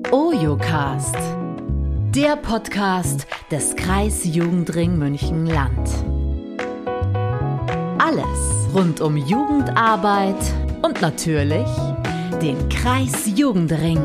OYOcast, der Podcast des Kreisjugendring München-Land. Alles rund um Jugendarbeit und natürlich den Kreisjugendring.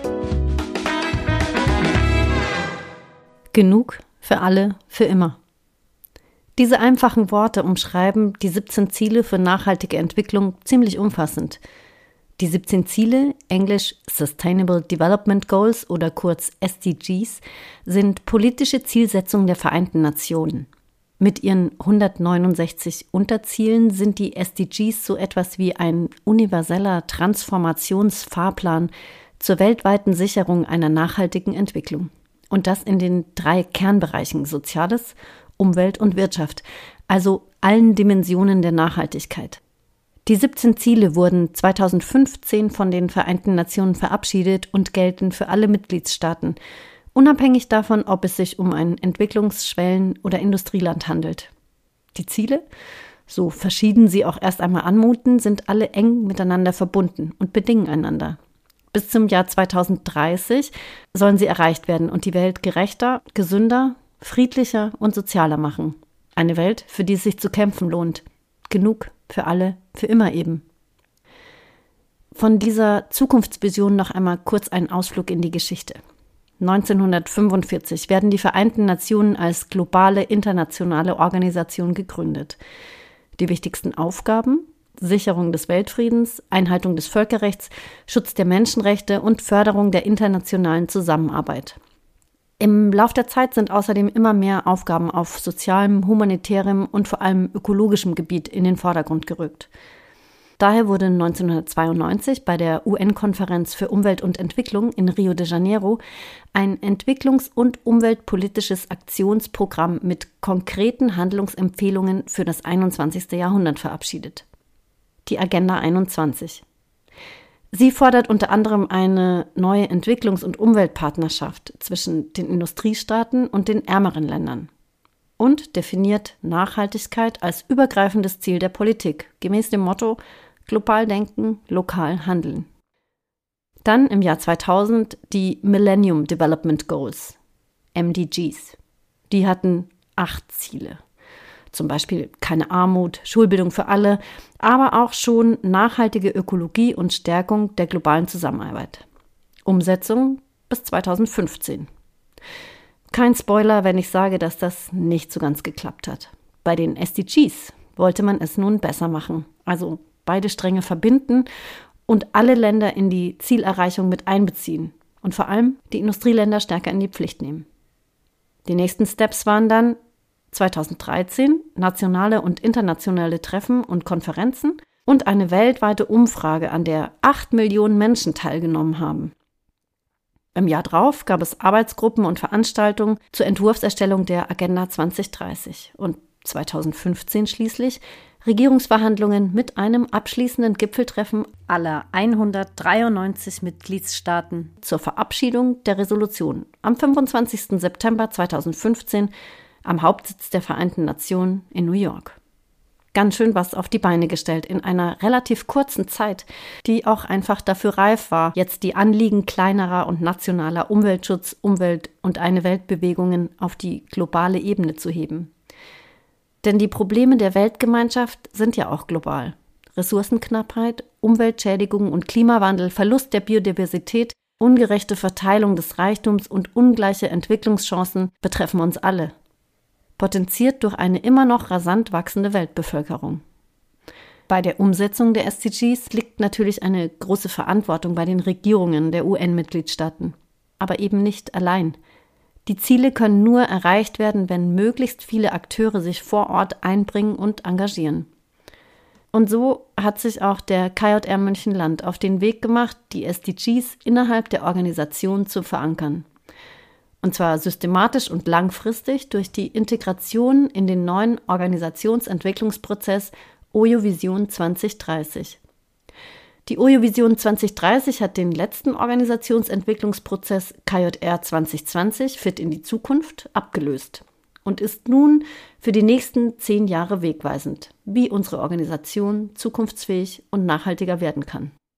Genug für alle, für immer. Diese einfachen Worte umschreiben die 17 Ziele für nachhaltige Entwicklung ziemlich umfassend. Die 17 Ziele, englisch Sustainable Development Goals oder kurz SDGs, sind politische Zielsetzungen der Vereinten Nationen. Mit ihren 169 Unterzielen sind die SDGs so etwas wie ein universeller Transformationsfahrplan zur weltweiten Sicherung einer nachhaltigen Entwicklung. Und das in den 3 Kernbereichen Soziales, Umwelt und Wirtschaft, also allen Dimensionen der Nachhaltigkeit. Die 17 Ziele wurden 2015 von den Vereinten Nationen verabschiedet und gelten für alle Mitgliedstaaten, unabhängig davon, ob es sich um ein Entwicklungsschwellen- oder Industrieland handelt. Die Ziele, so verschieden sie auch erst einmal anmuten, sind alle eng miteinander verbunden und bedingen einander. Bis zum Jahr 2030 sollen sie erreicht werden und die Welt gerechter, gesünder, friedlicher und sozialer machen. Eine Welt, für die es sich zu kämpfen lohnt. Genug für alle, für immer eben. Von dieser Zukunftsvision noch einmal kurz ein Ausflug in die Geschichte. 1945 werden die Vereinten Nationen als globale internationale Organisation gegründet. Die wichtigsten Aufgaben: Sicherung des Weltfriedens, Einhaltung des Völkerrechts, Schutz der Menschenrechte und Förderung der internationalen Zusammenarbeit. Im Lauf der Zeit sind außerdem immer mehr Aufgaben auf sozialem, humanitärem und vor allem ökologischem Gebiet in den Vordergrund gerückt. Daher wurde 1992 bei der UN-Konferenz für Umwelt und Entwicklung in Rio de Janeiro ein entwicklungs- und umweltpolitisches Aktionsprogramm mit konkreten Handlungsempfehlungen für das 21. Jahrhundert verabschiedet. Die Agenda 21. Sie fordert unter anderem eine neue Entwicklungs- und Umweltpartnerschaft zwischen den Industriestaaten und den ärmeren Ländern und definiert Nachhaltigkeit als übergreifendes Ziel der Politik, gemäß dem Motto global denken, lokal handeln. Dann im Jahr 2000 die Millennium Development Goals, MDGs. Die hatten 8 Ziele. Zum Beispiel keine Armut, Schulbildung für alle, aber auch schon nachhaltige Ökologie und Stärkung der globalen Zusammenarbeit. Umsetzung bis 2015. Kein Spoiler, wenn ich sage, dass das nicht so ganz geklappt hat. Bei den SDGs wollte man es nun besser machen, also beide Stränge verbinden und alle Länder in die Zielerreichung mit einbeziehen und vor allem die Industrieländer stärker in die Pflicht nehmen. Die nächsten Steps waren dann 2013 nationale und internationale Treffen und Konferenzen und eine weltweite Umfrage, an der 8 Millionen Menschen teilgenommen haben. Im Jahr drauf gab es Arbeitsgruppen und Veranstaltungen zur Entwurfserstellung der Agenda 2030 und 2015 schließlich Regierungsverhandlungen mit einem abschließenden Gipfeltreffen aller 193 Mitgliedstaaten zur Verabschiedung der Resolution am 25. September 2015 am Hauptsitz der Vereinten Nationen in New York. Ganz schön was auf die Beine gestellt in einer relativ kurzen Zeit, die auch einfach dafür reif war, jetzt die Anliegen kleinerer und nationaler Umweltschutz, Umwelt- und Eine-Welt-Bewegungen auf die globale Ebene zu heben. Denn die Probleme der Weltgemeinschaft sind ja auch global. Ressourcenknappheit, Umweltschädigung und Klimawandel, Verlust der Biodiversität, ungerechte Verteilung des Reichtums und ungleiche Entwicklungschancen betreffen uns alle. Potenziert durch eine immer noch rasant wachsende Weltbevölkerung. Bei der Umsetzung der SDGs liegt natürlich eine große Verantwortung bei den Regierungen der UN-Mitgliedstaaten. Aber eben nicht allein. Die Ziele können nur erreicht werden, wenn möglichst viele Akteure sich vor Ort einbringen und engagieren. Und so hat sich auch der KJR München-Land auf den Weg gemacht, die SDGs innerhalb der Organisation zu verankern. Und zwar systematisch und langfristig durch die Integration in den neuen Organisationsentwicklungsprozess OYO-Vision 2030. Die OYO-Vision 2030 hat den letzten Organisationsentwicklungsprozess KJR 2020 Fit in die Zukunft abgelöst und ist nun für die nächsten 10 Jahre wegweisend, wie unsere Organisation zukunftsfähig und nachhaltiger werden kann.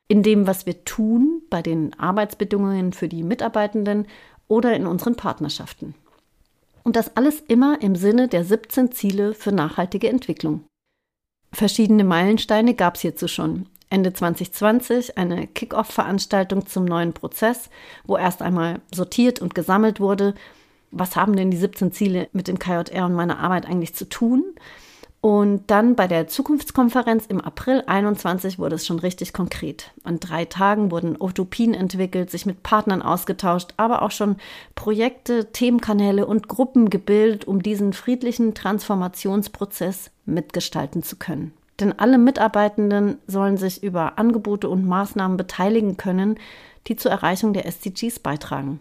in dem, was wir tun, bei den Arbeitsbedingungen für die Mitarbeitenden oder in unseren Partnerschaften. Und das alles immer im Sinne der 17 Ziele für nachhaltige Entwicklung. Verschiedene Meilensteine gab es hierzu schon. Ende 2020 eine Kick-Off-Veranstaltung zum neuen Prozess, wo erst einmal sortiert und gesammelt wurde, was haben denn die 17 Ziele mit dem KJR und meiner Arbeit eigentlich zu tun? Und dann bei der Zukunftskonferenz im April 2021 wurde es schon richtig konkret. An 3 Tagen wurden Utopien entwickelt, sich mit Partnern ausgetauscht, aber auch schon Projekte, Themenkanäle und Gruppen gebildet, um diesen friedlichen Transformationsprozess mitgestalten zu können. Denn alle Mitarbeitenden sollen sich über Angebote und Maßnahmen beteiligen können, die zur Erreichung der SDGs beitragen.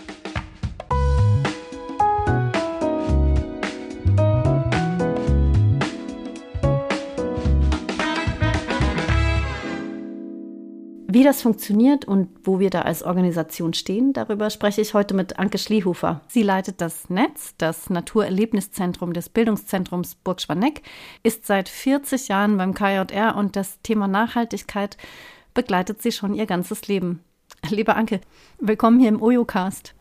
Wie das funktioniert und wo wir da als Organisation stehen, darüber spreche ich heute mit Anke Schliehofer. Sie leitet das Netz, das Naturerlebniszentrum des Bildungszentrums Burg Schwaneck, ist seit 40 Jahren beim KJR und das Thema Nachhaltigkeit begleitet sie schon ihr ganzes Leben. Liebe Anke, willkommen hier im OJO-Cast.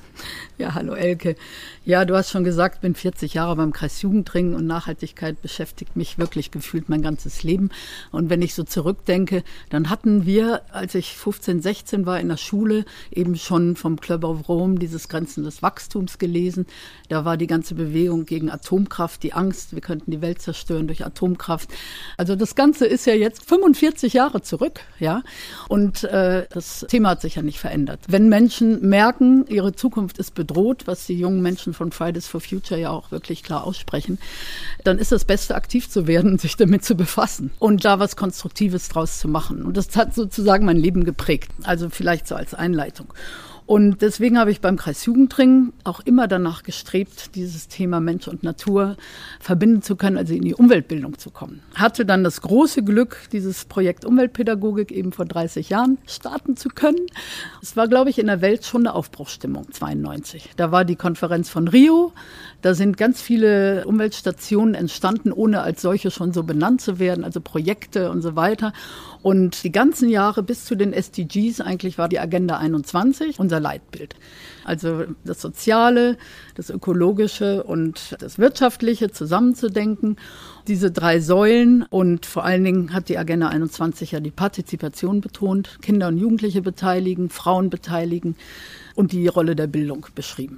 Ja, hallo Elke. Ja, du hast schon gesagt, ich bin 40 Jahre beim Kreisjugendring und Nachhaltigkeit beschäftigt mich wirklich gefühlt mein ganzes Leben. Und wenn ich so zurückdenke, dann hatten wir, als ich 15, 16 war in der Schule, eben schon vom Club of Rome dieses Grenzen des Wachstums gelesen. Da war die ganze Bewegung gegen Atomkraft, die Angst, wir könnten die Welt zerstören durch Atomkraft. Also das Ganze ist ja jetzt 45 Jahre zurück, ja. Und das Thema hat sich ja nicht verändert. Wenn Menschen merken, ihre Zukunft ist bedroht, was die jungen Menschen von Fridays for Future ja auch wirklich klar aussprechen, dann ist das Beste, aktiv zu werden und sich damit zu befassen und da was Konstruktives draus zu machen. Und das hat sozusagen mein Leben geprägt, also vielleicht so als Einleitung. Und deswegen habe ich beim Kreisjugendring auch immer danach gestrebt, dieses Thema Mensch und Natur verbinden zu können, also in die Umweltbildung zu kommen. Hatte dann das große Glück, dieses Projekt Umweltpädagogik eben vor 30 Jahren starten zu können. Es war, glaube ich, in der Welt schon eine Aufbruchsstimmung, 92. Da war die Konferenz von Rio. Da sind ganz viele Umweltstationen entstanden, ohne als solche schon so benannt zu werden, also Projekte und so weiter. Und die ganzen Jahre bis zu den SDGs eigentlich war die Agenda 21 unser Leitbild. Also das Soziale, das Ökologische und das Wirtschaftliche zusammenzudenken. Diese 3 Säulen und vor allen Dingen hat die Agenda 21 ja die Partizipation betont, Kinder und Jugendliche beteiligen, Frauen beteiligen und die Rolle der Bildung beschrieben.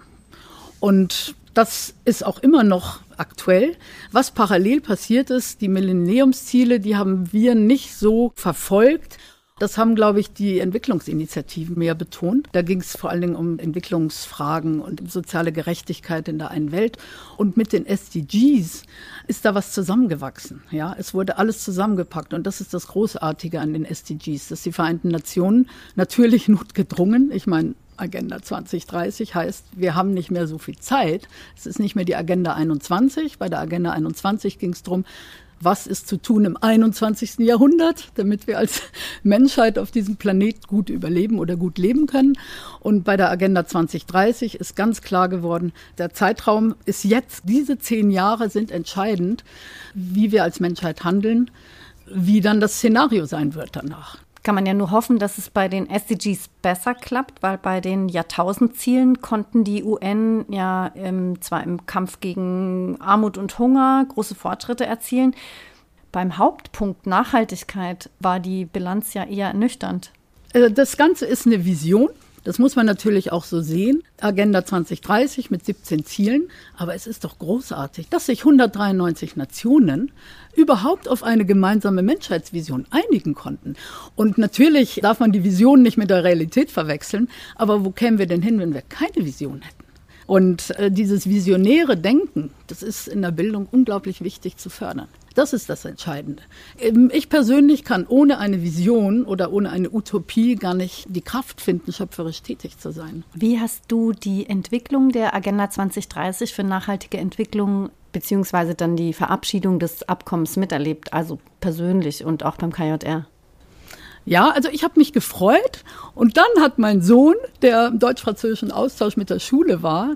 Und das ist auch immer noch aktuell. Was parallel passiert ist, die Millenniumsziele, die haben wir nicht so verfolgt. Das haben, glaube ich, die Entwicklungsinitiativen mehr betont. Da ging es vor allen Dingen um Entwicklungsfragen und soziale Gerechtigkeit in der einen Welt. Und mit den SDGs ist da was zusammengewachsen. Ja, es wurde alles zusammengepackt. Und das ist das Großartige an den SDGs, dass die Vereinten Nationen natürlich notgedrungen, ich meine, Agenda 2030 heißt, wir haben nicht mehr so viel Zeit. Es ist nicht mehr die Agenda 21. Bei der Agenda 21 ging es darum, was ist zu tun im 21. Jahrhundert, damit wir als Menschheit auf diesem Planet gut überleben oder gut leben können. Und bei der Agenda 2030 ist ganz klar geworden, der Zeitraum ist jetzt, diese 10 Jahre sind entscheidend, wie wir als Menschheit handeln, wie dann das Szenario sein wird danach. Kann man ja nur hoffen, dass es bei den SDGs besser klappt, weil bei den Jahrtausendzielen konnten die UN ja zwar im Kampf gegen Armut und Hunger große Fortschritte erzielen. Beim Hauptpunkt Nachhaltigkeit war die Bilanz ja eher ernüchternd. Das Ganze ist eine Vision. Das muss man natürlich auch so sehen. Agenda 2030 mit 17 Zielen. Aber es ist doch großartig, dass sich 193 Nationen überhaupt auf eine gemeinsame Menschheitsvision einigen konnten. Und natürlich darf man die Vision nicht mit der Realität verwechseln. Aber wo kämen wir denn hin, wenn wir keine Vision hätten? Und dieses visionäre Denken, das ist in der Bildung unglaublich wichtig zu fördern. Das ist das Entscheidende. Ich persönlich kann ohne eine Vision oder ohne eine Utopie gar nicht die Kraft finden, schöpferisch tätig zu sein. Wie hast du die Entwicklung der Agenda 2030 für nachhaltige Entwicklung beziehungsweise dann die Verabschiedung des Abkommens miterlebt, also persönlich und auch beim KJR? Ja, also ich habe mich gefreut und dann hat mein Sohn, der im deutsch-französischen Austausch mit der Schule war,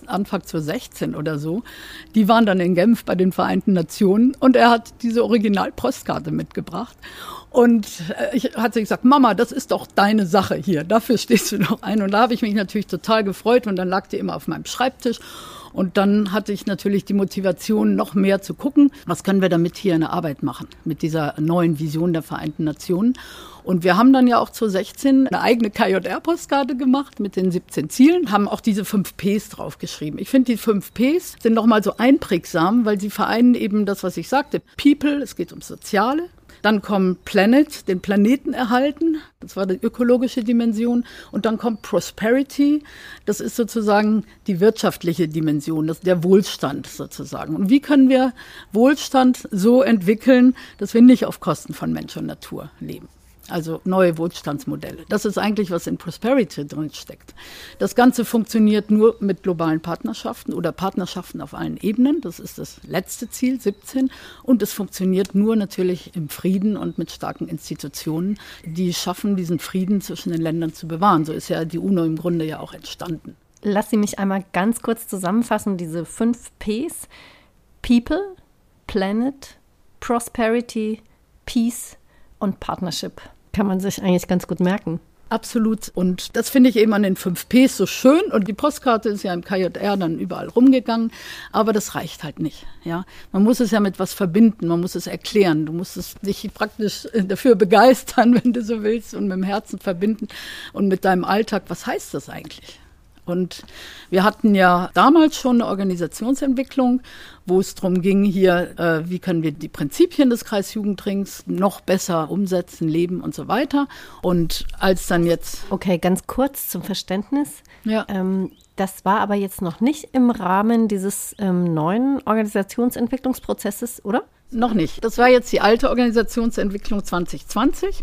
Anfang 2016 oder so. Die waren dann in Genf bei den Vereinten Nationen und er hat diese Original-Postkarte mitgebracht. Und ich hatte gesagt, Mama, das ist doch deine Sache hier, dafür stehst du doch ein. Und da habe ich mich natürlich total gefreut und dann lag die immer auf meinem Schreibtisch. Und dann hatte ich natürlich die Motivation, noch mehr zu gucken, was können wir damit hier in der Arbeit machen, mit dieser neuen Vision der Vereinten Nationen. Und wir haben dann ja auch 2016 eine eigene KJR-Postkarte gemacht mit den 17 Zielen, haben auch diese 5 Ps draufgeschrieben. Ich finde, die 5 Ps sind nochmal so einprägsam, weil sie vereinen eben das, was ich sagte, People, es geht ums Soziale. Dann kommt Planet, den Planeten erhalten, das war die ökologische Dimension. Und dann kommt Prosperity, das ist sozusagen die wirtschaftliche Dimension, das ist der Wohlstand sozusagen. Und wie können wir Wohlstand so entwickeln, dass wir nicht auf Kosten von Mensch und Natur leben? Also neue Wohlstandsmodelle. Das ist eigentlich, was in Prosperity drin steckt. Das Ganze funktioniert nur mit globalen Partnerschaften oder Partnerschaften auf allen Ebenen. Das ist das letzte Ziel, 17. Und es funktioniert nur natürlich im Frieden und mit starken Institutionen, die schaffen, diesen Frieden zwischen den Ländern zu bewahren. So ist ja die UNO im Grunde ja auch entstanden. Lass Sie mich einmal ganz kurz zusammenfassen, diese 5 Ps. People, Planet, Prosperity, Peace und Partnership. Kann man sich eigentlich ganz gut merken. Absolut. Und das finde ich eben an den 5 Ps so schön. Und die Postkarte ist ja im KJR dann überall rumgegangen. Aber das reicht halt nicht. Ja, man muss es ja mit was verbinden. Man muss es erklären. Du musst es dich praktisch dafür begeistern, wenn du so willst, und mit dem Herzen verbinden und mit deinem Alltag. Was heißt das eigentlich? Und wir hatten ja damals schon eine Organisationsentwicklung, wo es darum ging, hier, wie können wir die Prinzipien des Kreisjugendrings noch besser umsetzen, leben und so weiter. Und als dann jetzt... Okay, ganz kurz zum Verständnis. Ja. Das war aber jetzt noch nicht im Rahmen dieses neuen Organisationsentwicklungsprozesses, oder? Noch nicht. Das war jetzt die alte Organisationsentwicklung 2020.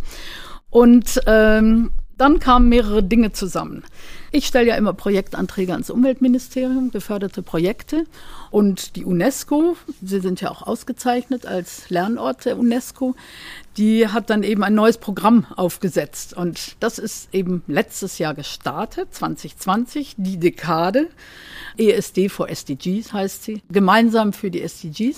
Und dann kamen mehrere Dinge zusammen. Ich stelle ja immer Projektanträge ans Umweltministerium, geförderte Projekte. Und die UNESCO, sie sind ja auch ausgezeichnet als Lernort der UNESCO, die hat dann eben ein neues Programm aufgesetzt. Und das ist eben letztes Jahr gestartet, 2020, die Dekade. ESD for SDGs heißt sie, gemeinsam für die SDGs.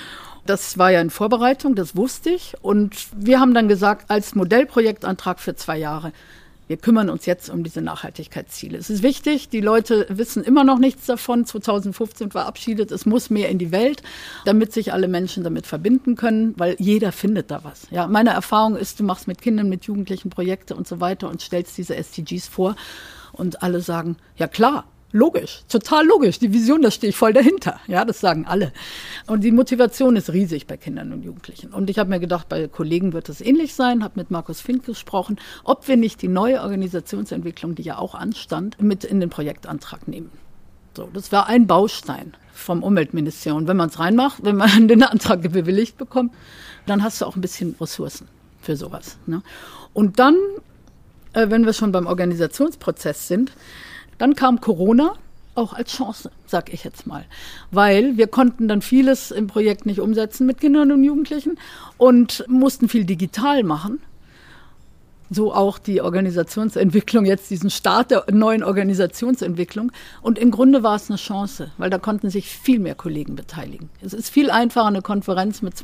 Das war ja in Vorbereitung, das wusste ich. Und wir haben dann gesagt, als Modellprojektantrag für 2 Jahre, wir kümmern uns jetzt um diese Nachhaltigkeitsziele. Es ist wichtig, die Leute wissen immer noch nichts davon. 2015 verabschiedet, es muss mehr in die Welt, damit sich alle Menschen damit verbinden können, weil jeder findet da was. Ja, meine Erfahrung ist, du machst mit Kindern, mit Jugendlichen Projekte und so weiter und stellst diese SDGs vor und alle sagen, ja klar. Logisch, total logisch. Die Vision, da stehe ich voll dahinter. Ja, das sagen alle. Und die Motivation ist riesig bei Kindern und Jugendlichen. Und ich habe mir gedacht, bei Kollegen wird es ähnlich sein, habe mit Markus Fink gesprochen, ob wir nicht die neue Organisationsentwicklung, die ja auch anstand, mit in den Projektantrag nehmen. So, das war ein Baustein vom Umweltministerium. Und wenn man es reinmacht, wenn man den Antrag bewilligt bekommt, dann hast du auch ein bisschen Ressourcen für sowas. Ne? Und dann, wenn wir schon beim Organisationsprozess sind, dann kam Corona auch als Chance, sag ich jetzt mal. Weil wir konnten dann vieles im Projekt nicht umsetzen mit Kindern und Jugendlichen und mussten viel digital machen. So auch die Organisationsentwicklung, jetzt diesen Start der neuen Organisationsentwicklung. Und im Grunde war es eine Chance, weil da konnten sich viel mehr Kollegen beteiligen. Es ist viel einfacher, eine Konferenz mit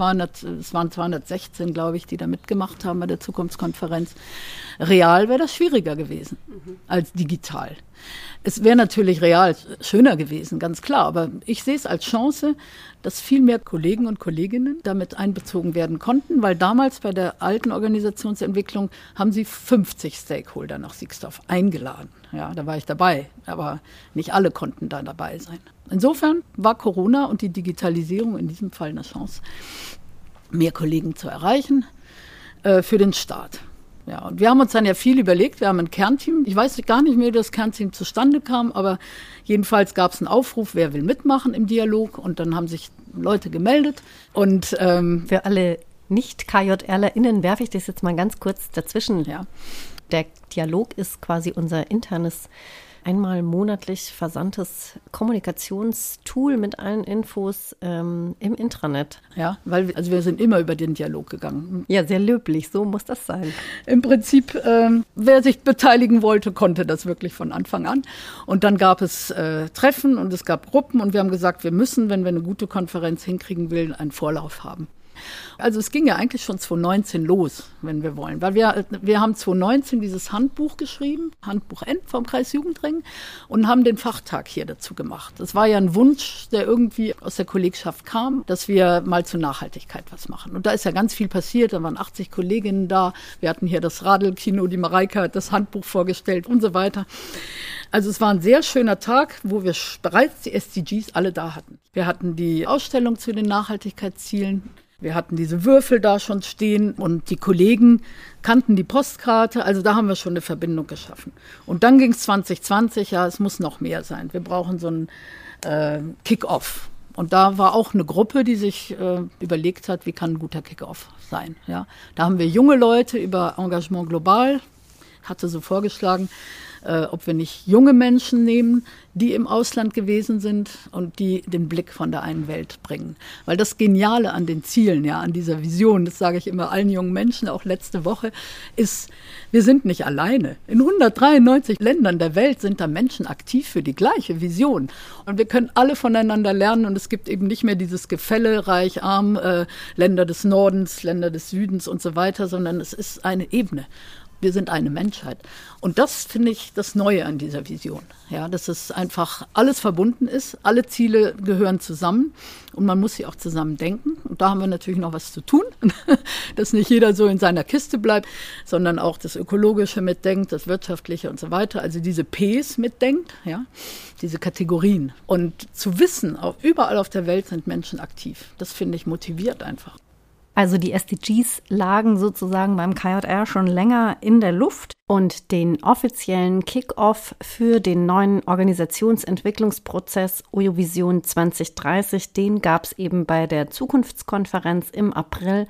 216, glaube ich, die da mitgemacht haben bei der Zukunftskonferenz. Real wäre das schwieriger gewesen als digital. Es wäre natürlich real schöner gewesen, ganz klar. Aber ich sehe es als Chance, dass viel mehr Kollegen und Kolleginnen damit einbezogen werden konnten, weil damals bei der alten Organisationsentwicklung haben sie 50 Stakeholder nach Sixdorf eingeladen. Ja, da war ich dabei, aber nicht alle konnten da dabei sein. Insofern war Corona und die Digitalisierung in diesem Fall eine Chance, mehr Kollegen zu erreichen für den Start. Ja, und wir haben uns dann ja viel überlegt, wir haben ein Kernteam, ich weiß gar nicht mehr, wie das Kernteam zustande kam, aber jedenfalls gab es einen Aufruf, wer will mitmachen im Dialog und dann haben sich Leute gemeldet. Und für alle Nicht-KJRlerInnen werfe ich das jetzt mal ganz kurz dazwischen. Ja. Der Dialog ist quasi unser internes einmal monatlich versandtes Kommunikationstool mit allen Infos im Intranet. Ja, weil wir sind immer über den Dialog gegangen. Ja, sehr löblich, so muss das sein. Im Prinzip, wer sich beteiligen wollte, konnte das wirklich von Anfang an. Und dann gab es Treffen und es gab Gruppen und wir haben gesagt, wir müssen, wenn wir eine gute Konferenz hinkriegen will, einen Vorlauf haben. Also es ging ja eigentlich schon 2019 los, wenn wir wollen. Weil wir haben 2019 dieses Handbuch geschrieben, Handbuch N vom Kreis Jugendring, und haben den Fachtag hier dazu gemacht. Das war ja ein Wunsch, der irgendwie aus der Kollegschaft kam, dass wir mal zur Nachhaltigkeit was machen. Und da ist ja ganz viel passiert, da waren 80 Kolleginnen da, wir hatten hier das Radelkino, die Mareike hat das Handbuch vorgestellt und so weiter. Also es war ein sehr schöner Tag, wo wir bereits die SDGs alle da hatten. Wir hatten die Ausstellung zu den Nachhaltigkeitszielen. Wir hatten diese Würfel da schon stehen und die Kollegen kannten die Postkarte. Also da haben wir schon eine Verbindung geschaffen. Und dann ging es 2020, ja, es muss noch mehr sein. Wir brauchen so einen Kick-Off. Und da war auch eine Gruppe, die sich überlegt hat, wie kann ein guter Kick-Off sein. Ja. Da haben wir junge Leute über Engagement global, hatte so vorgeschlagen, ob wir nicht junge Menschen nehmen, die im Ausland gewesen sind und die den Blick von der einen Welt bringen. Weil das Geniale an den Zielen, ja, an dieser Vision, das sage ich immer allen jungen Menschen, auch letzte Woche, ist, wir sind nicht alleine. In 193 Ländern der Welt sind da Menschen aktiv für die gleiche Vision. Und wir können alle voneinander lernen und es gibt eben nicht mehr dieses Gefälle, reich, arm, Länder des Nordens, Länder des Südens und so weiter, sondern es ist eine Ebene. Wir sind eine Menschheit. Und das finde ich das Neue an dieser Vision. Ja, dass es einfach alles verbunden ist. Alle Ziele gehören zusammen und man muss sie auch zusammen denken. Und da haben wir natürlich noch was zu tun, dass nicht jeder so in seiner Kiste bleibt, sondern auch das Ökologische mitdenkt, das Wirtschaftliche und so weiter. Also diese Ps mitdenkt, ja, diese Kategorien. Und zu wissen, auch überall auf der Welt sind Menschen aktiv. Das finde ich motiviert einfach. Also die SDGs lagen sozusagen beim KJR schon länger in der Luft und den offiziellen Kick-Off für den neuen Organisationsentwicklungsprozess OYO-Vision 2030, den gab es eben bei der Zukunftskonferenz im April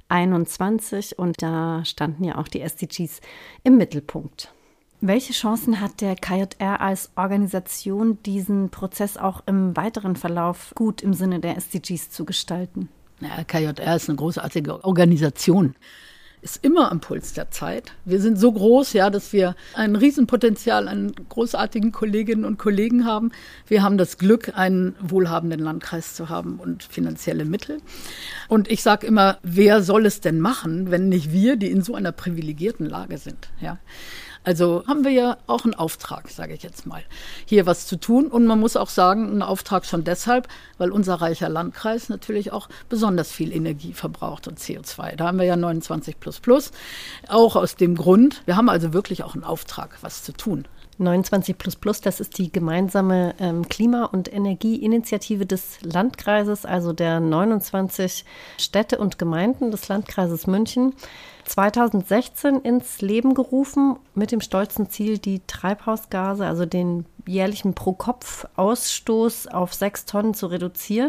2021 und da standen ja auch die SDGs im Mittelpunkt. Welche Chancen hat der KJR als Organisation, diesen Prozess auch im weiteren Verlauf gut im Sinne der SDGs zu gestalten? Ja, KJR ist eine großartige Organisation, ist immer am Puls der Zeit. Wir sind so groß, ja, dass wir ein Riesenpotenzial an großartigen Kolleginnen und Kollegen haben. Wir haben das Glück, einen wohlhabenden Landkreis zu haben und finanzielle Mittel. Und ich sage immer, wer soll es denn machen, wenn nicht wir, die in so einer privilegierten Lage sind, ja? Also haben wir ja auch einen Auftrag, sage ich jetzt mal, hier was zu tun. Und man muss auch sagen, einen Auftrag schon deshalb, weil unser reicher Landkreis natürlich auch besonders viel Energie verbraucht und CO2. Da haben wir ja 29++, auch aus dem Grund. Wir haben also wirklich auch einen Auftrag, was zu tun. 29++, das ist die gemeinsame Klima- und Energieinitiative des Landkreises, also der 29 Städte und Gemeinden des Landkreises München. 2016 ins Leben gerufen mit dem stolzen Ziel, die Treibhausgase, also den jährlichen Pro-Kopf-Ausstoß auf 6 Tonnen zu reduzieren.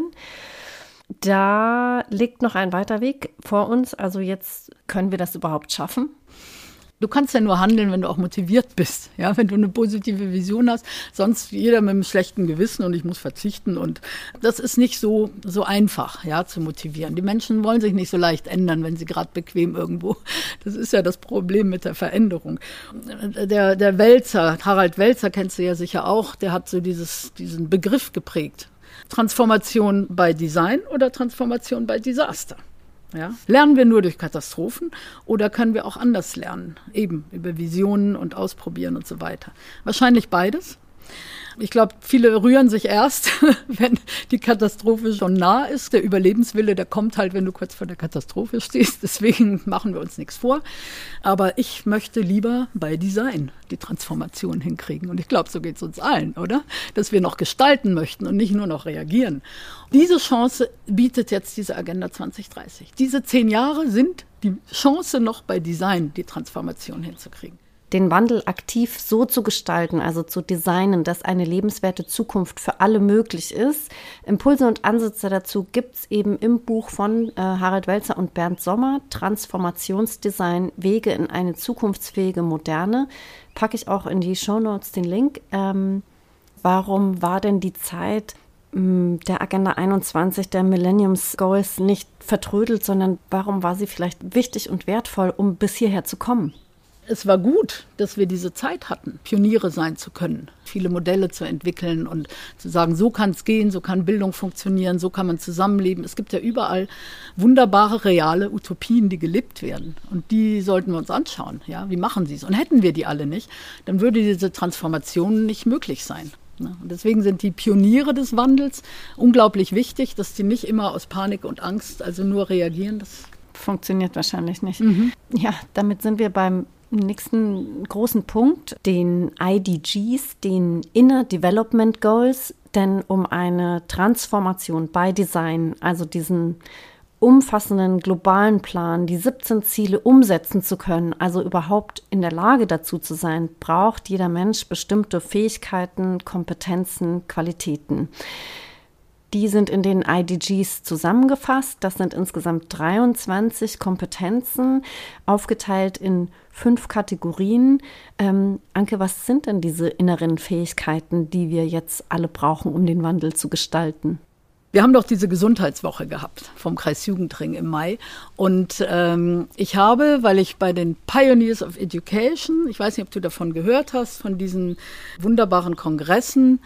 Da liegt noch ein weiter Weg vor uns. Also jetzt können wir das überhaupt schaffen? Du kannst ja nur handeln, wenn du auch motiviert bist, ja, wenn du eine positive Vision hast. Sonst jeder mit einem schlechten Gewissen und ich muss verzichten. Und das ist nicht so einfach, ja, zu motivieren. Die Menschen wollen sich nicht so leicht ändern, wenn sie gerade bequem irgendwo. Das ist ja das Problem mit der Veränderung. Der Welzer, Harald Welzer kennst du ja sicher auch, der hat so diesen Begriff geprägt. Transformation by Design oder Transformation by Disaster. Ja? Lernen wir nur durch Katastrophen oder können wir auch anders lernen? Eben über Visionen und Ausprobieren und so weiter. Wahrscheinlich beides. Ich glaube, viele rühren sich erst, wenn die Katastrophe schon nah ist. Der Überlebenswille, der kommt halt, wenn du kurz vor der Katastrophe stehst. Deswegen machen wir uns nichts vor. Aber ich möchte lieber bei Design die Transformation hinkriegen. Und ich glaube, so geht es uns allen, oder? Dass wir noch gestalten möchten und nicht nur noch reagieren. Diese Chance bietet jetzt diese Agenda 2030. Diese 10 Jahre sind die Chance, noch bei Design die Transformation hinzukriegen. den Wandel aktiv so zu gestalten, also zu designen, dass eine lebenswerte Zukunft für alle möglich ist. Impulse und Ansätze dazu gibt es eben im Buch von Harald Welzer und Bernd Sommer, Transformationsdesign, Wege in eine zukunftsfähige Moderne. Packe ich auch in die Shownotes den Link. Warum war denn die Zeit der Agenda 21, der Millenniums Goals nicht vertrödelt, sondern warum war sie vielleicht wichtig und wertvoll, um bis hierher zu kommen? Es war gut, dass wir diese Zeit hatten, Pioniere sein zu können, viele Modelle zu entwickeln und zu sagen, so kann es gehen, so kann Bildung funktionieren, so kann man zusammenleben. Es gibt ja überall wunderbare, reale Utopien, die gelebt werden. Und die sollten wir uns anschauen. Ja? Wie machen sie es? Und hätten wir die alle nicht, dann würde diese Transformation nicht möglich sein. Und deswegen sind die Pioniere des Wandels unglaublich wichtig, dass die nicht immer aus Panik und Angst also nur reagieren. Das funktioniert wahrscheinlich nicht. Ja, damit sind wir beim nächsten großen Punkt, den IDGs, den Inner Development Goals. Denn um eine Transformation bei Design, also diesen umfassenden globalen Plan, die 17 Ziele umsetzen zu können, also überhaupt in der Lage dazu zu sein, braucht jeder Mensch bestimmte Fähigkeiten, Kompetenzen, Qualitäten. Die sind in den IDGs zusammengefasst. Das sind insgesamt 23 Kompetenzen, aufgeteilt in 5 Kategorien. Anke, was sind denn diese inneren Fähigkeiten, die wir jetzt alle brauchen, um den Wandel zu gestalten? Wir haben doch diese Gesundheitswoche gehabt vom Kreisjugendring im Mai. Und ich habe, weil ich bei den Pioneers of Education, ich weiß nicht, ob du davon gehört hast, von diesen wunderbaren Kongressen,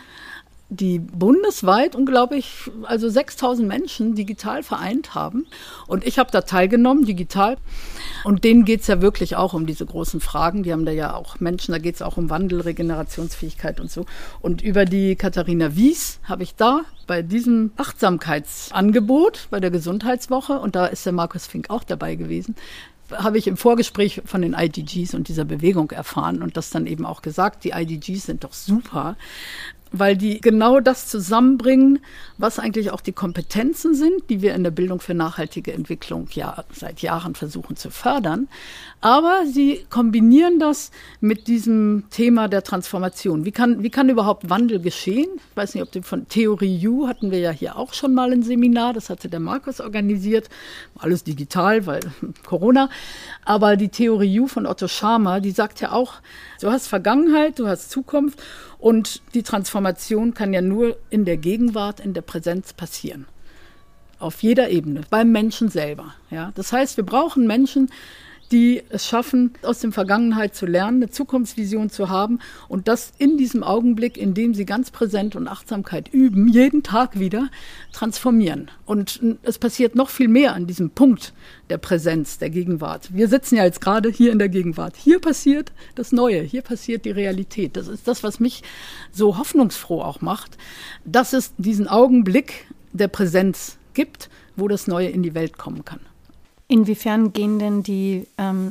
die bundesweit unglaublich, also 6.000 Menschen digital vereint haben. Und ich habe da teilgenommen, digital. Und denen geht es ja wirklich auch um diese großen Fragen. Die haben da ja auch Menschen, da geht es auch um Wandel, Regenerationsfähigkeit und so. Und über die Katharina Wies habe ich da bei diesem Achtsamkeitsangebot, bei der Gesundheitswoche, und da ist der Markus Fink auch dabei gewesen, habe ich im Vorgespräch von den IDGs und dieser Bewegung erfahren und das dann eben auch gesagt, die IDGs sind doch super, weil die genau das zusammenbringen, was eigentlich auch die Kompetenzen sind, die wir in der Bildung für nachhaltige Entwicklung ja seit Jahren versuchen zu fördern. Aber sie kombinieren das mit diesem Thema der Transformation. Wie kann überhaupt Wandel geschehen? Ich weiß nicht, ob du von Theorie U hatten wir ja hier auch schon mal ein Seminar, das hatte der Markus organisiert. Alles digital, weil Corona. Aber die Theorie U von Otto Scharmer, die sagt ja auch, du hast Vergangenheit, du hast Zukunft und die Transformation kann ja nur in der Gegenwart, in der Präsenz passieren. Auf jeder Ebene, beim Menschen selber. Ja? Das heißt, wir brauchen Menschen, die es schaffen, aus der Vergangenheit zu lernen, eine Zukunftsvision zu haben und das in diesem Augenblick, in dem sie ganz präsent und Achtsamkeit üben, jeden Tag wieder transformieren. Und es passiert noch viel mehr an diesem Punkt der Präsenz, der Gegenwart. Wir sitzen ja jetzt gerade hier in der Gegenwart. Hier passiert das Neue, hier passiert die Realität. Das ist das, was mich so hoffnungsfroh auch macht, dass es diesen Augenblick der Präsenz gibt, wo das Neue in die Welt kommen kann. Inwiefern gehen denn die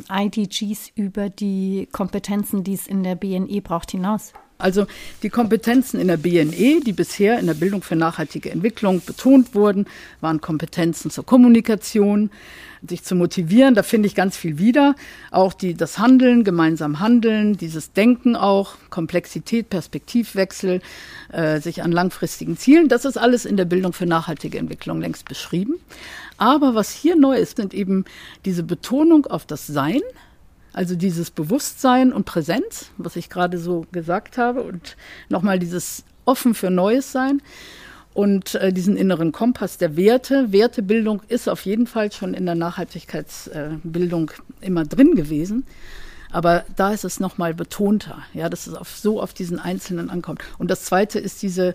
IDGs über die Kompetenzen, die es in der BNE braucht, hinaus? Also die Kompetenzen in der BNE, die bisher in der Bildung für nachhaltige Entwicklung betont wurden, waren Kompetenzen zur Kommunikation, sich zu motivieren. Da finde ich ganz viel wieder. Auch das Handeln, gemeinsam Handeln, dieses Denken auch, Komplexität, Perspektivwechsel, sich an langfristigen Zielen. Das ist alles in der Bildung für nachhaltige Entwicklung längst beschrieben. Aber was hier neu ist, sind eben diese Betonung auf das Sein, also dieses Bewusstsein und Präsenz, was ich gerade so gesagt habe, und nochmal dieses offen für Neues sein und diesen inneren Kompass der Werte. Wertebildung ist auf jeden Fall schon in der Nachhaltigkeitsbildung immer drin gewesen. Aber da ist es nochmal betonter, ja, dass es auf diesen Einzelnen ankommt. Und das Zweite ist diese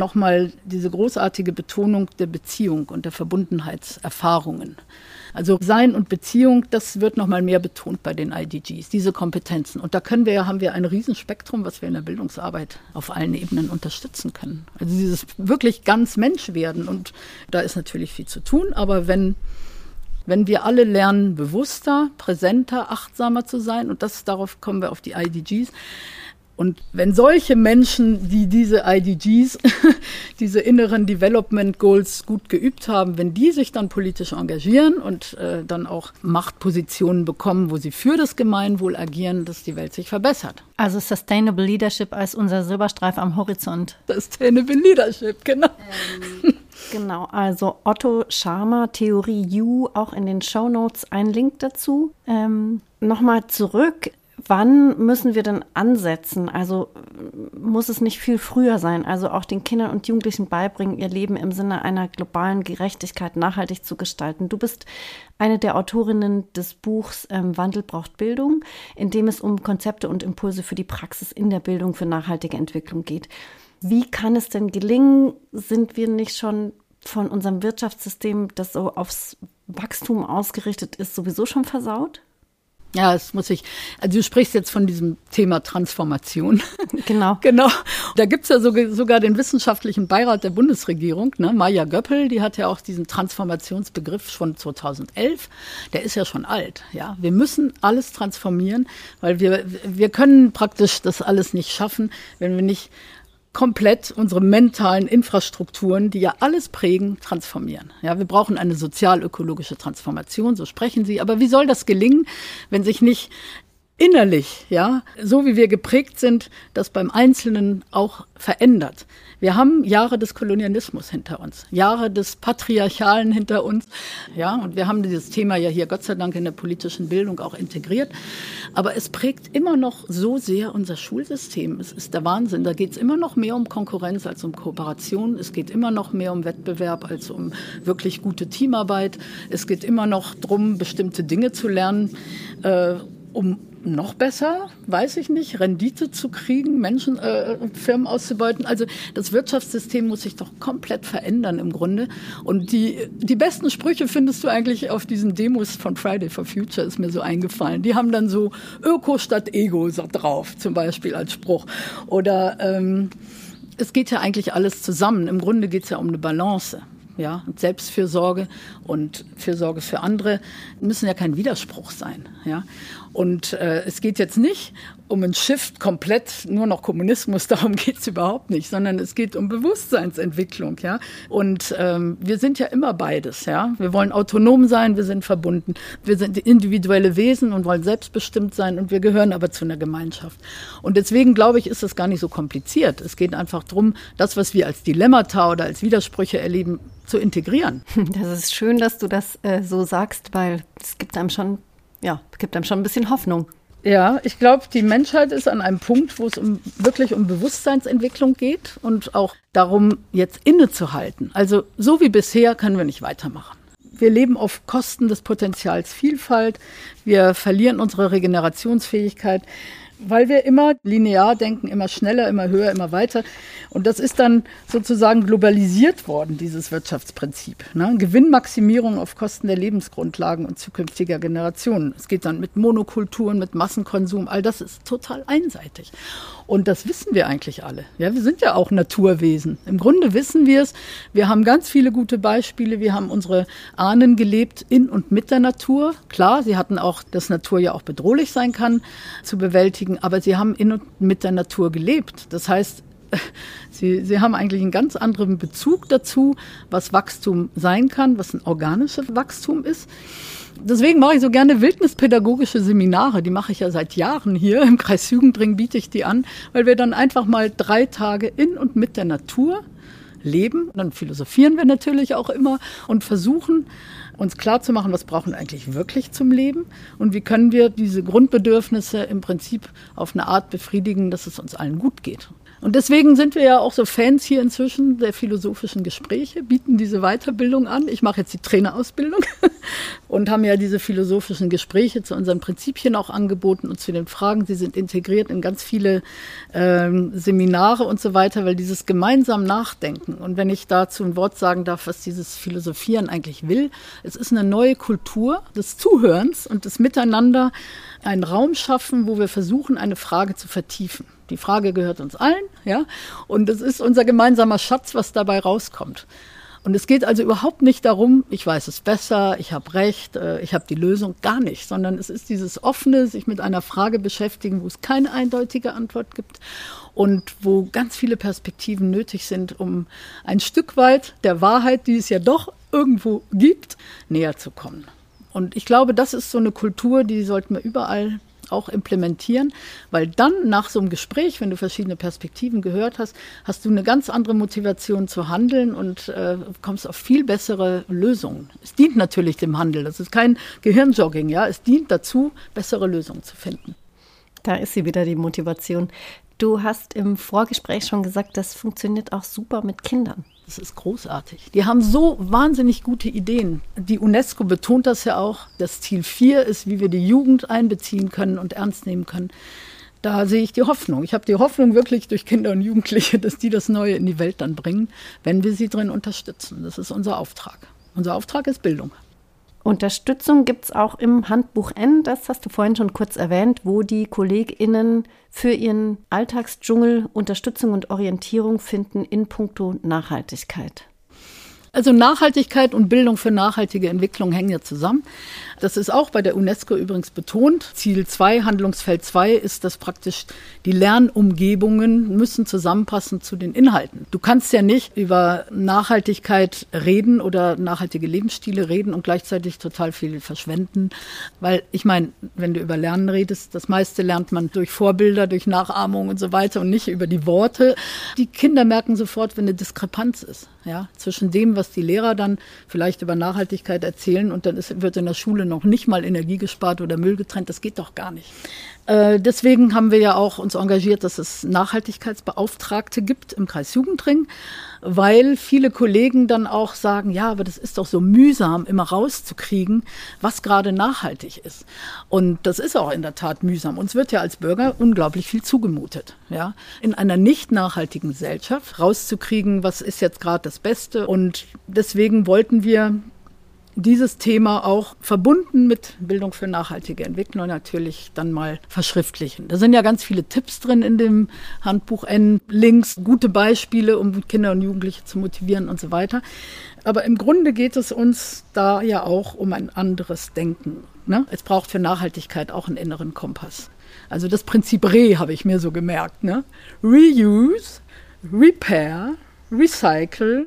großartige Betonung der Beziehung und der Verbundenheitserfahrungen. Also Sein und Beziehung, das wird nochmal mehr betont bei den IDGs, diese Kompetenzen. Und da haben wir ein Riesenspektrum, was wir in der Bildungsarbeit auf allen Ebenen unterstützen können. Also dieses wirklich ganz Mensch werden. Und da ist natürlich viel zu tun, aber wenn wir alle lernen, bewusster, präsenter, achtsamer zu sein, und darauf kommen wir auf die IDGs, Und wenn solche Menschen, die diese IDGs, diese inneren Development Goals gut geübt haben, wenn die sich dann politisch engagieren und dann auch Machtpositionen bekommen, wo sie für das Gemeinwohl agieren, dass die Welt sich verbessert. Also Sustainable Leadership als unser Silberstreif am Horizont. Sustainable Leadership, genau. Genau, also Otto Scharmer, Theorie U, auch in den Shownotes ein Link dazu. Nochmal zurück. Wann müssen wir denn ansetzen? Also muss es nicht viel früher sein? Also auch den Kindern und Jugendlichen beibringen, ihr Leben im Sinne einer globalen Gerechtigkeit nachhaltig zu gestalten. Du bist eine der Autorinnen des Buchs Wandel braucht Bildung, in dem es um Konzepte und Impulse für die Praxis in der Bildung für nachhaltige Entwicklung geht. Wie kann es denn gelingen? Sind wir nicht schon von unserem Wirtschaftssystem, das so aufs Wachstum ausgerichtet ist, sowieso schon versaut? Ja, also du sprichst jetzt von diesem Thema Transformation. Genau. Genau. Da gibt's ja sogar den wissenschaftlichen Beirat der Bundesregierung, ne? Maja Göppel, die hat ja auch diesen Transformationsbegriff schon 2011. Der ist ja schon alt, ja. Wir müssen alles transformieren, weil wir können praktisch das alles nicht schaffen, wenn wir nicht komplett unsere mentalen Infrastrukturen, die ja alles prägen, transformieren. Ja, wir brauchen eine sozial-ökologische Transformation, so sprechen Sie. Aber wie soll das gelingen, wenn sich nicht innerlich, ja, so wie wir geprägt sind, das beim Einzelnen auch verändert? Wir haben Jahre des Kolonialismus hinter uns, Jahre des Patriarchalen hinter uns, ja, und wir haben dieses Thema ja hier Gott sei Dank in der politischen Bildung auch integriert. Aber es prägt immer noch so sehr unser Schulsystem. Es ist der Wahnsinn. Da geht es immer noch mehr um Konkurrenz als um Kooperation. Es geht immer noch mehr um Wettbewerb als um wirklich gute Teamarbeit. Es geht immer noch darum, bestimmte Dinge zu lernen, um noch besser, weiß ich nicht, Rendite zu kriegen, Firmen auszubeuten. Also das Wirtschaftssystem muss sich doch komplett verändern im Grunde. Und die besten Sprüche findest du eigentlich auf diesen Demos von Friday for Future, ist mir so eingefallen. Die haben dann so Öko statt Ego drauf, zum Beispiel als Spruch. Oder es geht ja eigentlich alles zusammen. Im Grunde geht es ja um eine Balance. Ja, und Selbstfürsorge und Fürsorge für andere müssen ja kein Widerspruch sein. Ja, und es geht jetzt nicht um ein Shift komplett nur noch Kommunismus, darum geht es überhaupt nicht, sondern es geht um Bewusstseinsentwicklung. Ja, und wir sind ja immer beides. Ja, wir wollen autonom sein, wir sind verbunden, wir sind individuelle Wesen und wollen selbstbestimmt sein und wir gehören aber zu einer Gemeinschaft. Und deswegen glaube ich, ist es gar nicht so kompliziert. Es geht einfach darum, das, was wir als Dilemmata oder als Widersprüche erleben, zu integrieren. Das ist schön, dass du das so sagst, weil es gibt einem schon ein bisschen Hoffnung. Ja, ich glaube, die Menschheit ist an einem Punkt, wo es wirklich um Bewusstseinsentwicklung geht und auch darum, jetzt innezuhalten. Also so wie bisher können wir nicht weitermachen. Wir leben auf Kosten des Potenzials Vielfalt. Wir verlieren unsere Regenerationsfähigkeit, weil wir immer linear denken, immer schneller, immer höher, immer weiter. Und das ist dann sozusagen globalisiert worden, dieses Wirtschaftsprinzip. Ne? Gewinnmaximierung auf Kosten der Lebensgrundlagen und zukünftiger Generationen. Es geht dann mit Monokulturen, mit Massenkonsum. All das ist total einseitig. Und das wissen wir eigentlich alle. Ja, wir sind ja auch Naturwesen. Im Grunde wissen wir es. Wir haben ganz viele gute Beispiele. Wir haben unsere Ahnen gelebt in und mit der Natur. Klar, sie hatten auch, dass Natur ja auch bedrohlich sein kann, zu bewältigen. Aber sie haben in und mit der Natur gelebt. Das heißt, sie haben eigentlich einen ganz anderen Bezug dazu, was Wachstum sein kann, was ein organisches Wachstum ist. Deswegen mache ich so gerne wildnispädagogische Seminare. Die mache ich ja seit Jahren hier. Im Kreis Jugendring biete ich die an, weil wir dann einfach mal 3 Tage in und mit der Natur leben. Und dann philosophieren wir natürlich auch immer und versuchen, uns klarzumachen, was brauchen wir eigentlich wirklich zum Leben und wie können wir diese Grundbedürfnisse im Prinzip auf eine Art befriedigen, dass es uns allen gut geht. Und deswegen sind wir ja auch so Fans hier inzwischen der philosophischen Gespräche, bieten diese Weiterbildung an. Ich mache jetzt die Trainerausbildung und haben ja diese philosophischen Gespräche zu unseren Prinzipien auch angeboten und zu den Fragen. Sie sind integriert in ganz viele Seminare und so weiter, weil dieses gemeinsam Nachdenken und wenn ich dazu ein Wort sagen darf, was dieses Philosophieren eigentlich will, es ist eine neue Kultur des Zuhörens und des Miteinander, einen Raum schaffen, wo wir versuchen, eine Frage zu vertiefen. Die Frage gehört uns allen, ja, und es ist unser gemeinsamer Schatz, was dabei rauskommt. Und es geht also überhaupt nicht darum, ich weiß es besser, ich habe Recht, ich habe die Lösung, gar nicht, sondern es ist dieses offene, sich mit einer Frage beschäftigen, wo es keine eindeutige Antwort gibt und wo ganz viele Perspektiven nötig sind, um ein Stück weit der Wahrheit, die es ja doch irgendwo gibt, näher zu kommen. Und ich glaube, das ist so eine Kultur, die sollten wir überall auch implementieren, weil dann nach so einem Gespräch, wenn du verschiedene Perspektiven gehört hast, hast du eine ganz andere Motivation zu handeln und kommst auf viel bessere Lösungen. Es dient natürlich dem Handel, das ist kein Gehirnjogging, ja, es dient dazu, bessere Lösungen zu finden. Da ist sie wieder, die Motivation. Du hast im Vorgespräch schon gesagt, das funktioniert auch super mit Kindern. Das ist großartig. Die haben so wahnsinnig gute Ideen. Die UNESCO betont das ja auch. Das Ziel 4 ist, wie wir die Jugend einbeziehen können und ernst nehmen können. Da sehe ich die Hoffnung. Ich habe die Hoffnung wirklich durch Kinder und Jugendliche, dass die das Neue in die Welt dann bringen, wenn wir sie drin unterstützen. Das ist unser Auftrag. Unser Auftrag ist Bildung. Unterstützung gibt es auch im Handbuch N, das hast du vorhin schon kurz erwähnt, wo die KollegInnen für ihren Alltagsdschungel Unterstützung und Orientierung finden in puncto Nachhaltigkeit. Also Nachhaltigkeit und Bildung für nachhaltige Entwicklung hängen ja zusammen. Das ist auch bei der UNESCO übrigens betont. Ziel 2, Handlungsfeld 2 ist, dass praktisch die Lernumgebungen müssen zusammenpassen zu den Inhalten. Du kannst ja nicht über Nachhaltigkeit reden oder nachhaltige Lebensstile reden und gleichzeitig total viel verschwenden. Weil ich meine, wenn du über Lernen redest, das meiste lernt man durch Vorbilder, durch Nachahmung und so weiter und nicht über die Worte. Die Kinder merken sofort, wenn eine Diskrepanz ist, ja, zwischen dem, was die Lehrer dann vielleicht über Nachhaltigkeit erzählen und dann wird in der Schule noch nicht mal Energie gespart oder Müll getrennt. Das geht doch gar nicht. Deswegen haben wir ja auch uns engagiert, dass es Nachhaltigkeitsbeauftragte gibt im Kreis Jugendring, weil viele Kollegen dann auch sagen, ja, aber das ist doch so mühsam, immer rauszukriegen, was gerade nachhaltig ist. Und das ist auch in der Tat mühsam. Uns wird ja als Bürger unglaublich viel zugemutet. Ja? In einer nicht nachhaltigen Gesellschaft rauszukriegen, was ist jetzt gerade das Beste. Und deswegen wollten wir dieses Thema auch verbunden mit Bildung für nachhaltige Entwicklung natürlich dann mal verschriftlichen. Da sind ja ganz viele Tipps drin in dem Handbuch N, Links, gute Beispiele, um Kinder und Jugendliche zu motivieren und so weiter. Aber im Grunde geht es uns da ja auch um ein anderes Denken. Ne? Es braucht für Nachhaltigkeit auch einen inneren Kompass. Also das Prinzip RE habe ich mir so gemerkt. Ne? Reuse, Repair, Recycle.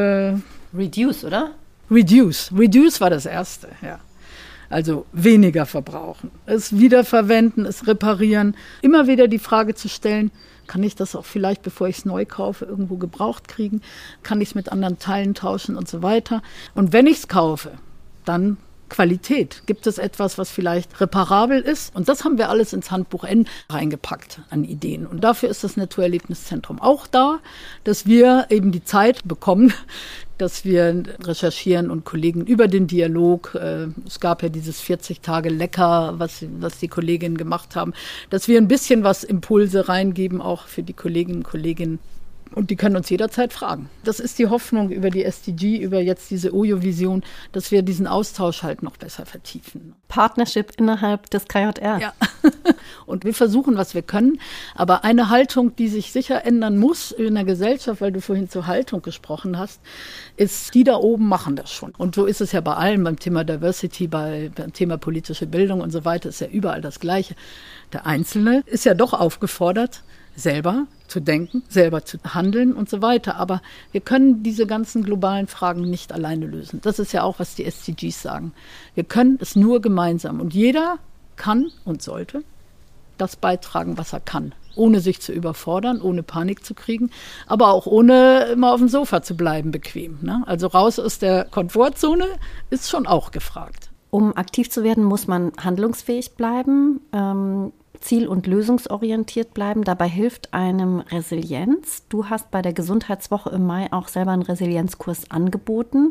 Reduce, oder? Reduce war das erste, ja. Also weniger verbrauchen, es wiederverwenden, es reparieren. Immer wieder die Frage zu stellen, kann ich das auch vielleicht, bevor ich es neu kaufe, irgendwo gebraucht kriegen? Kann ich es mit anderen Teilen tauschen und so weiter? Und wenn ich es kaufe, dann Qualität. Gibt es etwas, was vielleicht reparabel ist? Und das haben wir alles ins Handbuch N reingepackt an Ideen. Und dafür ist das Naturerlebniszentrum auch da, dass wir eben die Zeit bekommen, dass wir recherchieren und Kollegen über den Dialog, es gab ja dieses 40 Tage lecker, was die Kolleginnen gemacht haben, dass wir ein bisschen was Impulse reingeben, auch für die Kolleginnen und Kollegen. Und die können uns jederzeit fragen. Das ist die Hoffnung über die SDG, über jetzt diese OYO-Vision, dass wir diesen Austausch halt noch besser vertiefen. Partnership innerhalb des KJR. Ja, und wir versuchen, was wir können. Aber eine Haltung, die sich sicher ändern muss in der Gesellschaft, weil du vorhin zur Haltung gesprochen hast, ist, die da oben machen das schon. Und so ist es ja bei allem, beim Thema Diversity, beim Thema politische Bildung und so weiter, ist ja überall das Gleiche. Der Einzelne ist ja doch aufgefordert, selber zu denken, selber zu handeln und so weiter. Aber wir können diese ganzen globalen Fragen nicht alleine lösen. Das ist ja auch, was die SDGs sagen. Wir können es nur gemeinsam. Und jeder kann und sollte das beitragen, was er kann. Ohne sich zu überfordern, ohne Panik zu kriegen, aber auch ohne immer auf dem Sofa zu bleiben, bequem. Ne? Also raus aus der Komfortzone ist schon auch gefragt. Um aktiv zu werden, muss man handlungsfähig bleiben, ziel- und lösungsorientiert bleiben. Dabei hilft einem Resilienz. Du hast bei der Gesundheitswoche im Mai auch selber einen Resilienzkurs angeboten.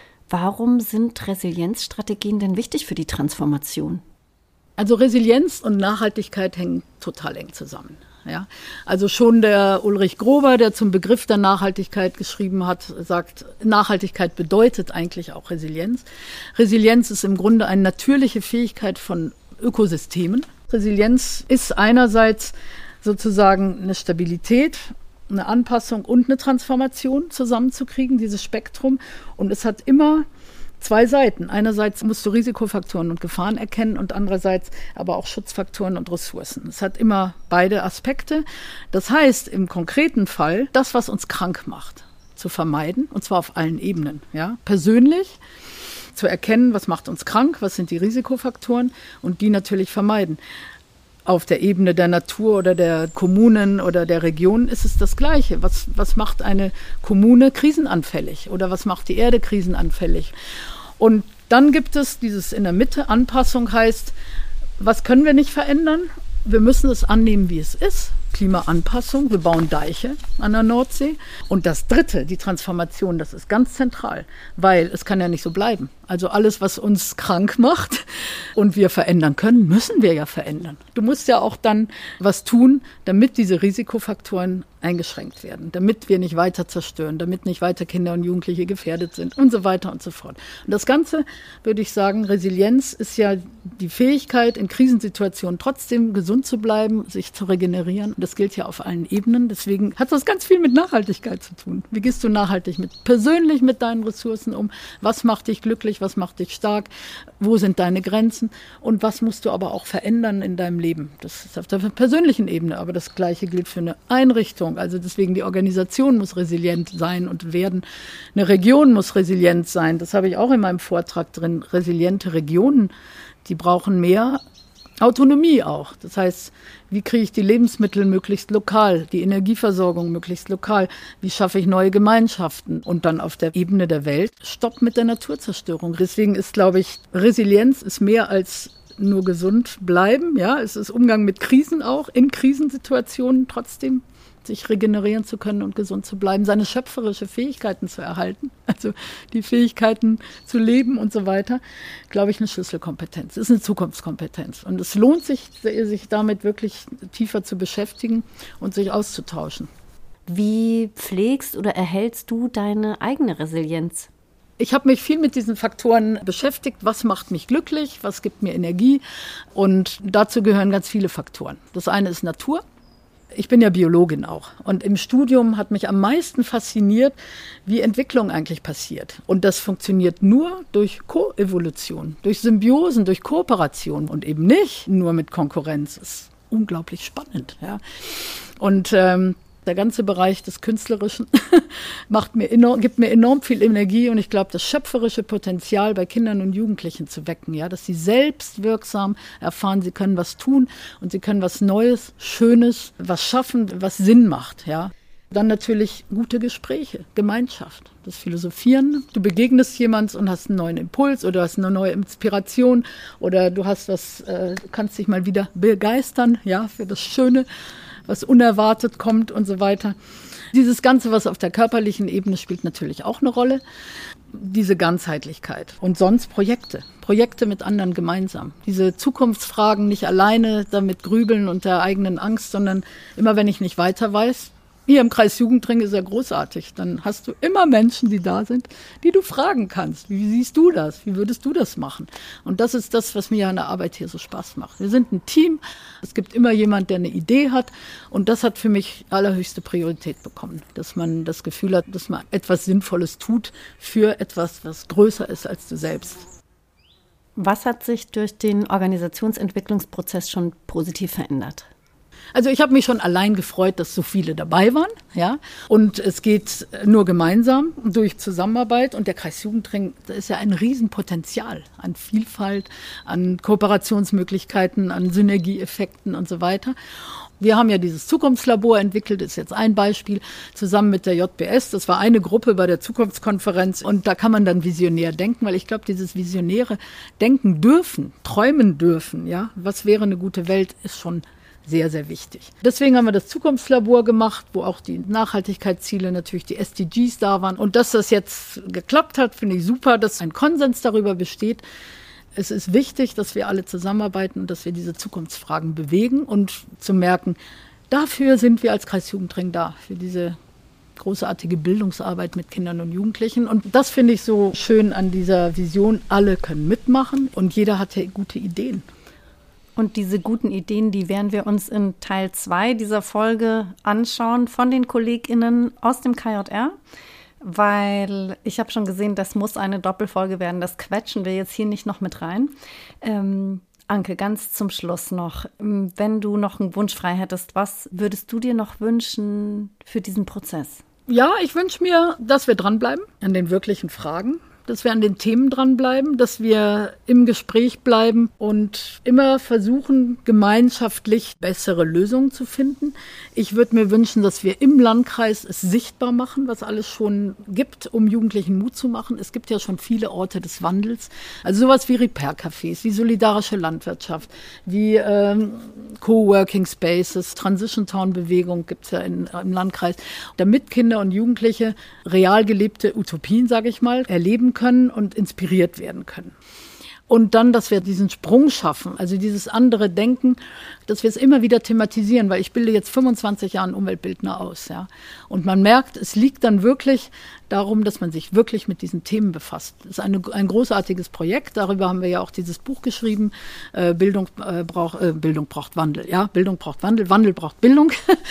Warum sind Resilienzstrategien denn wichtig für die Transformation? Also Resilienz und Nachhaltigkeit hängen total eng zusammen. Ja, also schon der Ulrich Grober, der zum Begriff der Nachhaltigkeit geschrieben hat, sagt, Nachhaltigkeit bedeutet eigentlich auch Resilienz. Resilienz ist im Grunde eine natürliche Fähigkeit von Ökosystemen. Resilienz ist einerseits sozusagen eine Stabilität eine Anpassung und eine Transformation zusammenzukriegen, dieses Spektrum. Und es hat immer zwei Seiten. Einerseits musst du Risikofaktoren und Gefahren erkennen und andererseits aber auch Schutzfaktoren und Ressourcen. Es hat immer beide Aspekte. Das heißt, im konkreten Fall, das, was uns krank macht, zu vermeiden, und zwar auf allen Ebenen. Ja? Persönlich zu erkennen, was macht uns krank, was sind die Risikofaktoren und die natürlich vermeiden. Auf der Ebene der Natur oder der Kommunen oder der Region ist es das Gleiche. Was macht eine Kommune krisenanfällig oder was macht die Erde krisenanfällig? Und dann gibt es dieses in der Mitte, Anpassung heißt, was können wir nicht verändern? Wir müssen es annehmen, wie es ist. Klimaanpassung, wir bauen Deiche an der Nordsee. Und das Dritte, die Transformation, das ist ganz zentral, weil es kann ja nicht so bleiben. Also alles, was uns krank macht und wir verändern können, müssen wir ja verändern. Du musst ja auch dann was tun, damit diese Risikofaktoren eingeschränkt werden, damit wir nicht weiter zerstören, damit nicht weiter Kinder und Jugendliche gefährdet sind und so weiter und so fort. Und das Ganze, würde ich sagen, Resilienz ist ja die Fähigkeit, in Krisensituationen trotzdem gesund zu bleiben, sich zu regenerieren. Und das gilt ja auf allen Ebenen. Deswegen hat das ganz viel mit Nachhaltigkeit zu tun. Wie gehst du nachhaltig persönlich mit deinen Ressourcen um? Was macht dich glücklich? Was macht dich stark? Wo sind deine Grenzen? Und was musst du aber auch verändern in deinem Leben? Das ist auf der persönlichen Ebene, aber das Gleiche gilt für eine Einrichtung. Also deswegen, die Organisation muss resilient sein und werden. Eine Region muss resilient sein. Das habe ich auch in meinem Vortrag drin. Resiliente Regionen, die brauchen mehr Autonomie auch. Das heißt, wie kriege ich die Lebensmittel möglichst lokal, die Energieversorgung möglichst lokal, wie schaffe ich neue Gemeinschaften und dann auf der Ebene der Welt Stopp mit der Naturzerstörung. Deswegen ist, glaube ich, Resilienz ist mehr als nur gesund bleiben. Ja, es ist Umgang mit Krisen auch, in Krisensituationen trotzdem sich regenerieren zu können und gesund zu bleiben, seine schöpferische Fähigkeiten zu erhalten, also die Fähigkeiten zu leben und so weiter, glaube ich, eine Schlüsselkompetenz, ist eine Zukunftskompetenz. Und es lohnt sich damit wirklich tiefer zu beschäftigen und sich auszutauschen. Wie pflegst oder erhältst du deine eigene Resilienz? Ich habe mich viel mit diesen Faktoren beschäftigt. Was macht mich glücklich? Was gibt mir Energie? Und dazu gehören ganz viele Faktoren. Das eine ist Natur. Ich bin ja Biologin auch und im Studium hat mich am meisten fasziniert, wie Entwicklung eigentlich passiert. Und das funktioniert nur durch Koevolution, durch Symbiosen, durch Kooperation und eben nicht nur mit Konkurrenz. Das ist unglaublich spannend. Ja. Und der ganze Bereich des Künstlerischen gibt mir enorm viel Energie und ich glaube, das schöpferische Potenzial bei Kindern und Jugendlichen zu wecken, ja, dass sie selbstwirksam erfahren, sie können was tun und sie können was Neues, Schönes, was schaffen, was Sinn macht, ja. Dann natürlich gute Gespräche, Gemeinschaft, das Philosophieren. Du begegnest jemand und hast einen neuen Impuls oder hast eine neue Inspiration oder du hast kannst dich mal wieder begeistern, ja, für das Schöne, was unerwartet kommt und so weiter. Dieses Ganze, was auf der körperlichen Ebene spielt, natürlich auch eine Rolle. Diese Ganzheitlichkeit. Und sonst Projekte mit anderen gemeinsam. Diese Zukunftsfragen nicht alleine damit grübeln und der eigenen Angst, sondern immer, wenn ich nicht weiter weiß. Hier im Kreis Jugendring ist ja großartig. Dann hast du immer Menschen, die da sind, die du fragen kannst. Wie siehst du das? Wie würdest du das machen? Und das ist das, was mir an der Arbeit hier so Spaß macht. Wir sind ein Team. Es gibt immer jemand, der eine Idee hat. Und das hat für mich allerhöchste Priorität bekommen. Dass man das Gefühl hat, dass man etwas Sinnvolles tut für etwas, was größer ist als du selbst. Was hat sich durch den Organisationsentwicklungsprozess schon positiv verändert? Also ich habe mich schon allein gefreut, dass so viele dabei waren, ja. Und es geht nur gemeinsam durch Zusammenarbeit. Und der Kreis Jugendring, da ist ja ein Riesenpotenzial an Vielfalt, an Kooperationsmöglichkeiten, an Synergieeffekten und so weiter. Wir haben ja dieses Zukunftslabor entwickelt, das ist jetzt ein Beispiel, zusammen mit der JBS. Das war eine Gruppe bei der Zukunftskonferenz und da kann man dann visionär denken, weil ich glaube, dieses visionäre Denken dürfen, träumen dürfen, ja, was wäre eine gute Welt, ist schon sehr, sehr wichtig. Deswegen haben wir das Zukunftslabor gemacht, wo auch die Nachhaltigkeitsziele, natürlich die SDGs da waren. Und dass das jetzt geklappt hat, finde ich super, dass ein Konsens darüber besteht. Es ist wichtig, dass wir alle zusammenarbeiten und dass wir diese Zukunftsfragen bewegen und zu merken, dafür sind wir als Kreis Jugendring da, für diese großartige Bildungsarbeit mit Kindern und Jugendlichen. Und das finde ich so schön an dieser Vision, alle können mitmachen und jeder hat ja gute Ideen. Und diese guten Ideen, die werden wir uns in Teil 2 dieser Folge anschauen von den KollegInnen aus dem KJR. Weil ich habe schon gesehen, das muss eine Doppelfolge werden. Das quetschen wir jetzt hier nicht noch mit rein. Anke, ganz zum Schluss noch, wenn du noch einen Wunsch frei hättest, was würdest du dir noch wünschen für diesen Prozess? Ja, ich wünsche mir, dass wir dranbleiben an den wirklichen Fragen, dass wir an den Themen dranbleiben, dass wir im Gespräch bleiben und immer versuchen, gemeinschaftlich bessere Lösungen zu finden. Ich würde mir wünschen, dass wir im Landkreis es sichtbar machen, was alles schon gibt, um Jugendlichen Mut zu machen. Es gibt ja schon viele Orte des Wandels, also sowas wie Repair-Cafés, wie solidarische Landwirtschaft, wie Coworking Spaces, Transition Town-Bewegung gibt es ja im Landkreis, damit Kinder und Jugendliche real gelebte Utopien, sage ich mal, erleben können und inspiriert werden können. Und dann, dass wir diesen Sprung schaffen, also dieses andere Denken, dass wir es immer wieder thematisieren, weil ich bilde jetzt 25 Jahre Umweltbildner aus. Ja. Und man merkt, es liegt dann wirklich darum, dass man sich wirklich mit diesen Themen befasst. Das ist ein großartiges Projekt, darüber haben wir ja auch dieses Buch geschrieben, Bildung braucht Wandel. Ja, Bildung braucht Wandel, Wandel braucht Bildung.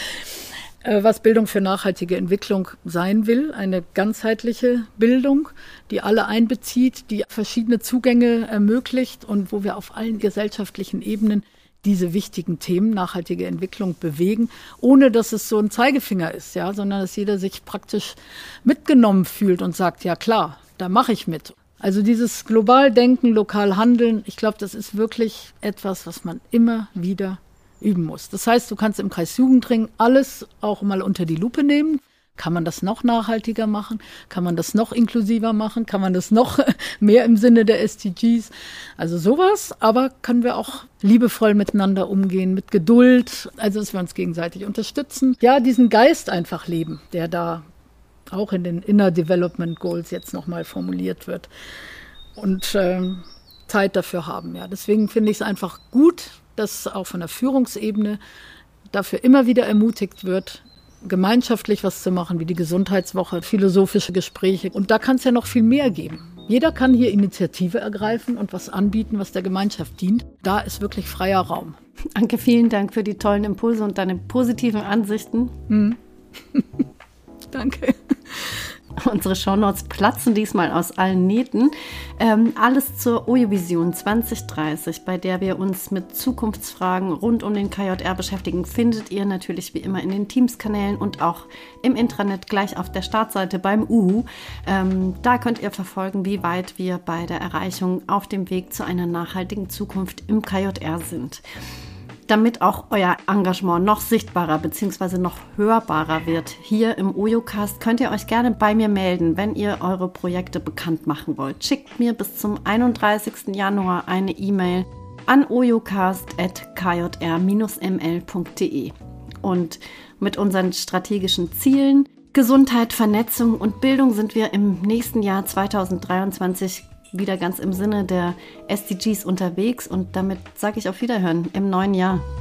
Was Bildung für nachhaltige Entwicklung sein will, eine ganzheitliche Bildung, die alle einbezieht, die verschiedene Zugänge ermöglicht und wo wir auf allen gesellschaftlichen Ebenen diese wichtigen Themen nachhaltige Entwicklung bewegen, ohne dass es so ein Zeigefinger ist, ja, sondern dass jeder sich praktisch mitgenommen fühlt und sagt, ja klar, da mache ich mit. Also dieses global Denken, lokal Handeln, ich glaube, das ist wirklich etwas, was man immer wieder üben muss. Das heißt, du kannst im Kreis Jugendring alles auch mal unter die Lupe nehmen. Kann man das noch nachhaltiger machen? Kann man das noch inklusiver machen? Kann man das noch mehr im Sinne der SDGs? Also sowas, aber können wir auch liebevoll miteinander umgehen, mit Geduld, also dass wir uns gegenseitig unterstützen. Ja, diesen Geist einfach leben, der da auch in den Inner Development Goals jetzt nochmal formuliert wird. Und Zeit dafür haben. Ja. Deswegen finde ich es einfach gut, dass auch von der Führungsebene dafür immer wieder ermutigt wird, gemeinschaftlich was zu machen, wie die Gesundheitswoche, philosophische Gespräche. Und da kann es ja noch viel mehr geben. Jeder kann hier Initiative ergreifen und was anbieten, was der Gemeinschaft dient. Da ist wirklich freier Raum. Anke, vielen Dank für die tollen Impulse und deine positiven Ansichten. Danke. Unsere Shownotes platzen diesmal aus allen Nähten. Alles zur OYO-Vision 2030, bei der wir uns mit Zukunftsfragen rund um den KJR beschäftigen, findet ihr natürlich wie immer in den Teams-Kanälen und auch im Intranet gleich auf der Startseite beim UHU. Da könnt ihr verfolgen, wie weit wir bei der Erreichung auf dem Weg zu einer nachhaltigen Zukunft im KJR sind. Damit auch euer Engagement noch sichtbarer bzw. noch hörbarer wird hier im OYO-Cast, könnt ihr euch gerne bei mir melden, wenn ihr eure Projekte bekannt machen wollt. Schickt mir bis zum 31. Januar eine E-Mail an oyocast@kjr-ml.de. Und mit unseren strategischen Zielen Gesundheit, Vernetzung und Bildung sind wir im nächsten Jahr 2023 wieder ganz im Sinne der SDGs unterwegs und damit sage ich auf Wiederhören im neuen Jahr.